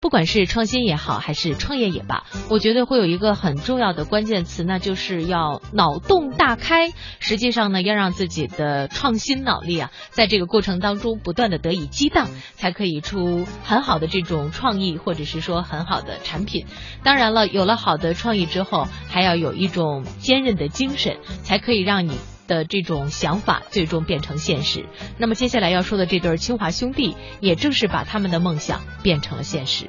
不管是创新也好，还是创业也罢，我觉得会有一个很重要的关键词，那就是要脑洞大开。实际上呢，要让自己的创新脑力在这个过程当中不断的得以激荡，才可以出很好的这种创意，或者是说很好的产品。当然了，有了好的创意之后，还要有一种坚韧的精神，才可以让你的这种想法最终变成现实。那么接下来要说的这对清华兄弟，也正是把他们的梦想变成了现实。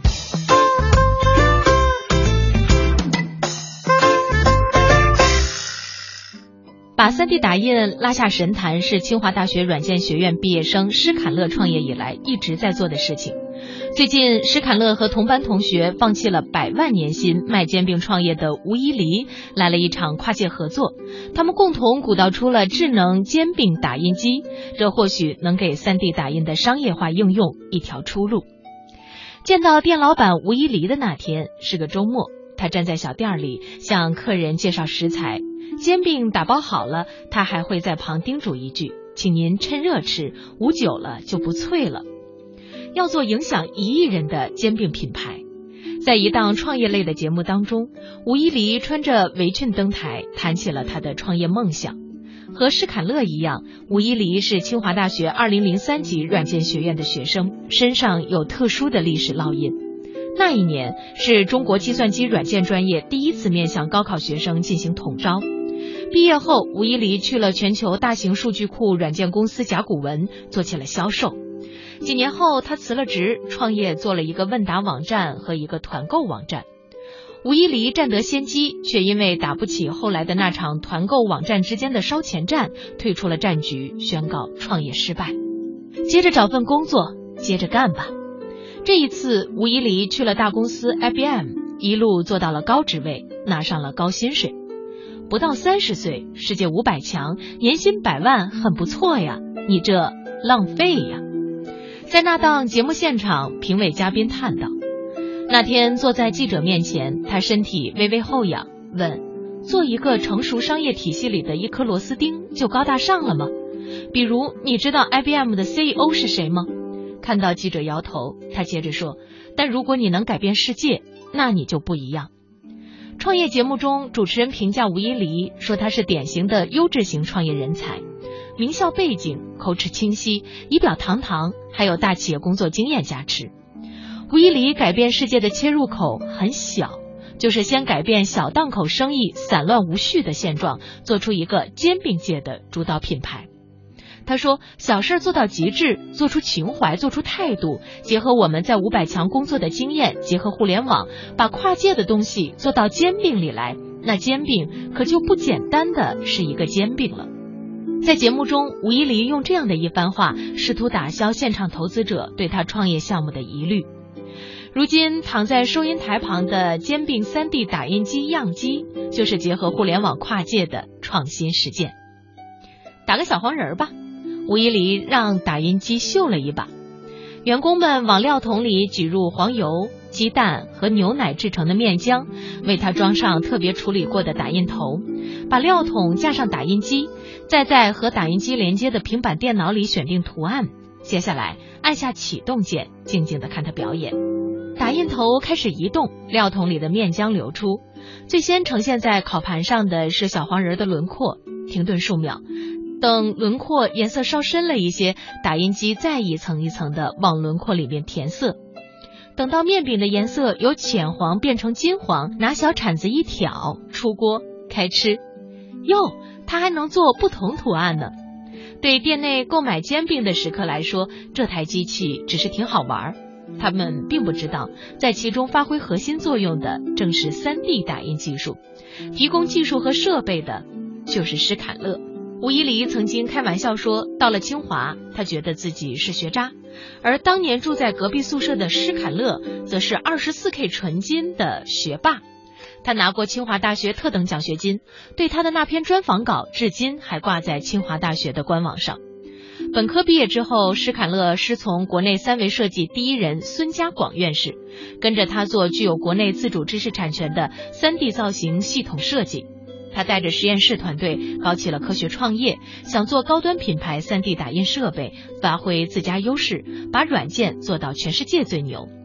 把 3D 打印拉下神坛是清华大学软件学院毕业生施侃乐创业以来一直在做的事情。最近，施侃乐和同班同学放弃了100万年薪卖煎饼创业的吴依黎来了一场跨界合作，他们共同鼓捣出了智能煎饼打印机，这或许能给 3D 打印的商业化应用一条出路。见到店老板吴依黎的那天是个周末，他站在小店里向客人介绍食材，煎饼打包好了，他还会在旁叮嘱一句，请您趁热吃，捂久了就不脆了。要做影响1亿人的煎饼品牌。在一档创业类的节目当中，吴依黎穿着围裙登台，谈起了他的创业梦想。和施侃乐一样，吴依黎是清华大学2003级软件学院的学生，身上有特殊的历史烙印。那一年是中国计算机软件专业第一次面向高考学生进行统招。毕业后，吴依黎去了全球大型数据库软件公司甲骨文，做起了销售。几年后，他辞了职，创业做了一个问答网站和一个团购网站。吴依黎占得先机，却因为打不起后来的那场团购网站之间的烧钱战，退出了战局，宣告创业失败。接着找份工作，接着干吧。这一次，吴依黎去了大公司 IBM， 一路做到了高职位，拿上了高薪水。不到30岁，世界500强，年薪100万，很不错呀，你这浪费呀。在那档节目现场，评委嘉宾叹道，那天坐在记者面前，他身体微微后仰，问，做一个成熟商业体系里的一颗螺丝钉就高大上了吗？比如你知道 IBM 的 CEO 是谁吗？看到记者摇头，他接着说，但如果你能改变世界，那你就不一样。创业节目中，主持人评价吴依黎说他是典型的优质型创业人才，名校背景，口齿清晰，仪表堂堂，还有大企业工作经验加持。吴依黎改变世界的切入口很小，就是先改变小档口生意散乱无序的现状，做出一个煎饼界的主导品牌。他说，小事做到极致，做出情怀，做出态度，结合我们在500强工作的经验，结合互联网，把跨界的东西做到煎饼里来，那煎饼可就不简单的是一个煎饼了。在节目中，吴依黎用这样的一番话，试图打消现场投资者对他创业项目的疑虑。如今躺在收银台旁的煎饼 3D 打印机样机，就是结合互联网跨界的创新实践。打个小黄人吧，吴依黎让打印机秀了一把，员工们往料桶里挤入黄油、鸡蛋和牛奶制成的面浆，为它装上特别处理过的打印头，把料桶架上打印机，再在和打印机连接的平板电脑里选定图案，接下来按下启动键，静静地看它表演。打印头开始移动，料桶里的面浆流出，最先呈现在烤盘上的是小黄人的轮廓，停顿数秒，等轮廓颜色稍深了一些，打印机再一层一层的往轮廓里面填色，等到面饼的颜色由浅黄变成金黄，拿小铲子一挑，出锅开吃。哟，它还能做不同图案呢。对店内购买煎饼的食客来说，这台机器只是挺好玩，他们并不知道在其中发挥核心作用的正是 3D 打印技术，提供技术和设备的就是施侃乐。吴依黎曾经开玩笑说，到了清华，他觉得自己是学渣，而当年住在隔壁宿舍的施侃乐则是 24K 纯金的学霸。他拿过清华大学特等奖学金，对他的那篇专访稿至今还挂在清华大学的官网上。本科毕业之后，施侃乐师从国内3维设计第一人孙家广院士，跟着他做具有国内自主知识产权的 3D 造型系统设计。他带着实验室团队搞起了科学创业，想做高端品牌 3D 打印设备，发挥自家优势，把软件做到全世界最牛。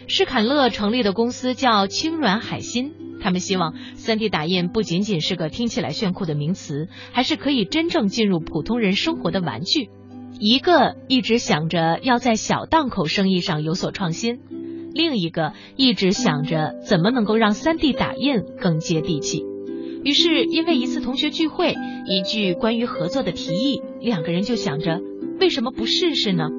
施侃乐成立的公司叫青软海心，他们希望 3D 打印不仅仅是个听起来炫酷的名词，还是可以真正进入普通人生活的玩具。一个一直想着要在小档口生意上有所创新，另一个一直想着怎么能够让 3D 打印更接地气。于是因为一次同学聚会，一句关于合作的提议，两个人就想着为什么不试试呢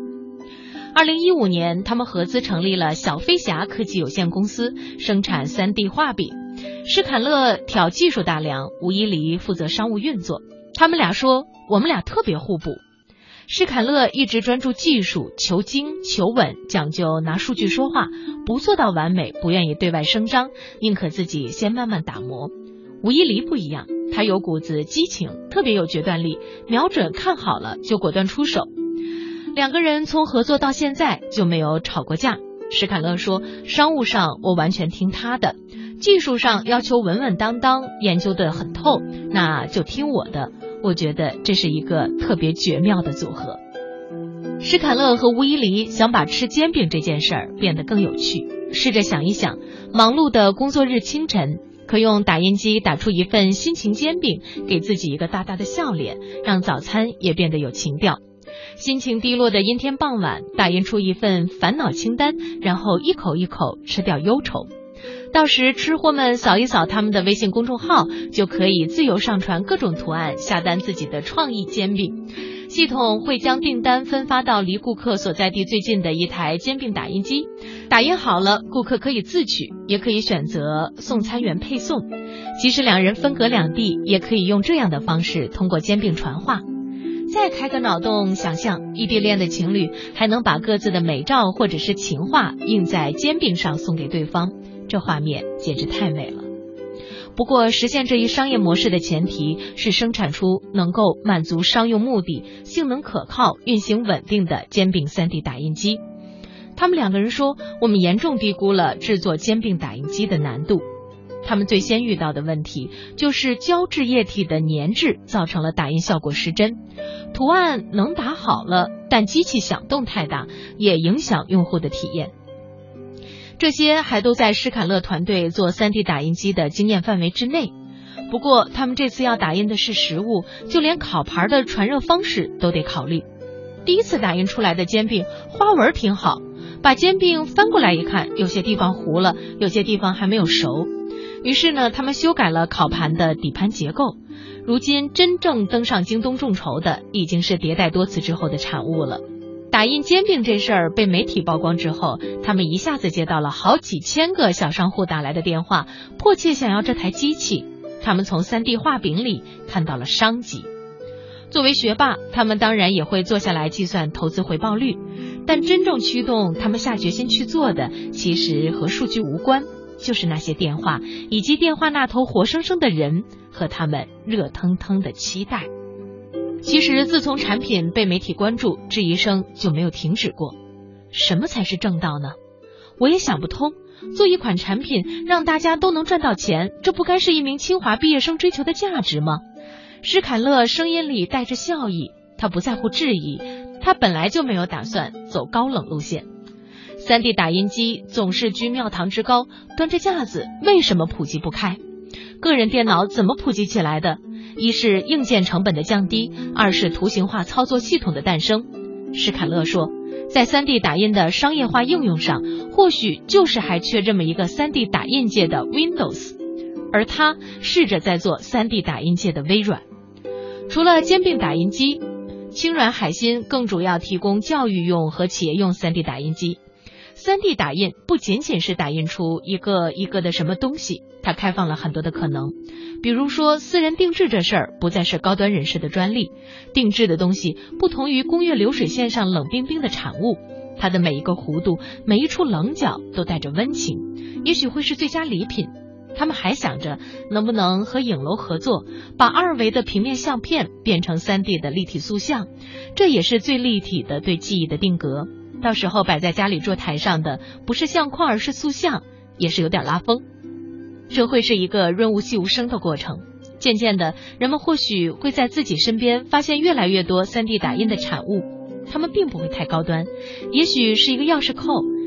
？2015年，他们合资成立了小飞侠科技有限公司，生产 3D 画笔。施侃乐挑技术大梁，吴一黎负责商务运作。他们俩说，我们俩特别互补。施侃乐一直专注技术，求精求稳，讲究拿数据说话，不做到完美，不愿意对外声张，宁可自己先慢慢打磨。吴一黎不一样，他有股子激情，特别有决断力，瞄准看好了就果断出手。两个人从合作到现在就没有吵过架。施侃乐说，商务上我完全听他的，技术上要求稳稳当当，研究得很透，那就听我的。我觉得这是一个特别绝妙的组合。施侃乐和吴一黎想把吃煎饼这件事儿变得更有趣，试着想一想，忙碌的工作日清晨，可用打印机打出一份心情煎饼，给自己一个大大的笑脸，让早餐也变得有情调。心情低落的阴天傍晚，打印出一份烦恼清单，然后一口一口吃掉忧愁。到时吃货们扫一扫他们的微信公众号，就可以自由上传各种图案，下单自己的创意煎饼。系统会将订单分发到离顾客所在地最近的一台煎饼打印机，打印好了，顾客可以自取，也可以选择送餐员配送。即使两人分隔两地，也可以用这样的方式通过煎饼传话。再开个脑洞，想象异地恋的情侣还能把各自的美照或者是情话印在煎饼上送给对方，这画面简直太美了。不过实现这一商业模式的前提是生产出能够满足商用目的、性能可靠、运行稳定的煎饼 3D 打印机。他们两个人说，我们严重低估了制作煎饼打印机的难度。他们最先遇到的问题就是胶质液体的粘滞造成了打印效果失真，图案能打好了，但机器响动太大，也影响用户的体验。这些还都在施侃乐团队做 3D 打印机的经验范围之内。不过他们这次要打印的是实物，就连烤盘的传热方式都得考虑。第一次打印出来的煎饼花纹挺好，把煎饼翻过来一看，有些地方糊了，有些地方还没有熟。于是呢，他们修改了烤盘的底盘结构。如今真正登上京东众筹的，已经是迭代多次之后的产物了。打印煎饼这事儿被媒体曝光之后，他们一下子接到了好几千个小商户打来的电话，迫切想要这台机器。他们从 3D 画饼里看到了商机。作为学霸，他们当然也会坐下来计算投资回报率，但真正驱动他们下决心去做的，其实和数据无关，就是那些电话，以及电话那头活生生的人和他们热腾腾的期待。其实自从产品被媒体关注，质疑声就没有停止过。什么才是正道呢？我也想不通，做一款产品让大家都能赚到钱，这不该是一名清华毕业生追求的价值吗？施侃乐声音里带着笑意，他不在乎质疑，他本来就没有打算走高冷路线。3D 打印机总是居庙堂之高，端着架子为什么普及不开？个人电脑怎么普及起来的？一是硬件成本的降低，二是图形化操作系统的诞生。施侃乐说，在 3D 打印的商业化应用上，或许就是还缺这么一个 3D 打印界的 Windows， 而他试着在做 3D 打印界的微软。除了煎饼打印机，青软海心更主要提供教育用和企业用 3D 打印机。3D 打印不仅仅是打印出一个一个的什么东西，它开放了很多的可能。比如说私人定制这事儿不再是高端人士的专利，定制的东西不同于工业流水线上冷冰冰的产物，它的每一个弧度，每一处棱角都带着温情，也许会是最佳礼品。他们还想着能不能和影楼合作，把2维的平面相片变成 3D 的立体塑像，这也是最立体的对记忆的定格。到时候摆在家里桌台上的不是相框而是塑像，也是有点拉风。这会是一个润物细无声的过程。渐渐的，人们或许会在自己身边发现越来越多 3D 打印的产物，它们并不会太高端，也许是一个钥匙扣，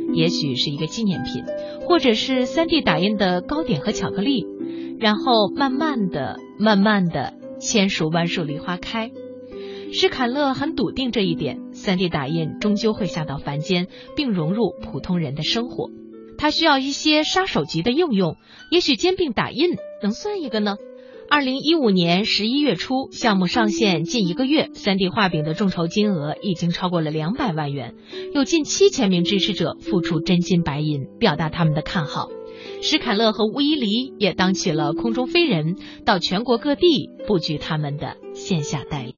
也许是一个纪念品，或者是 3D 打印的糕点和巧克力，然后慢慢的千树万树梨花开。施坎勒很笃定这一点， 3D 打印终究会下到凡间，并融入普通人的生活。它需要一些杀手级的应用，也许兼并打印能算一个呢。2015年11月初，项目上线近1个月，3D 画饼的众筹金额已经超过了200万元，有近7000名支持者付出真金白银，表达他们的看好。施坎勒和吴一离也当起了空中飞人，到全国各地布局他们的线下代理。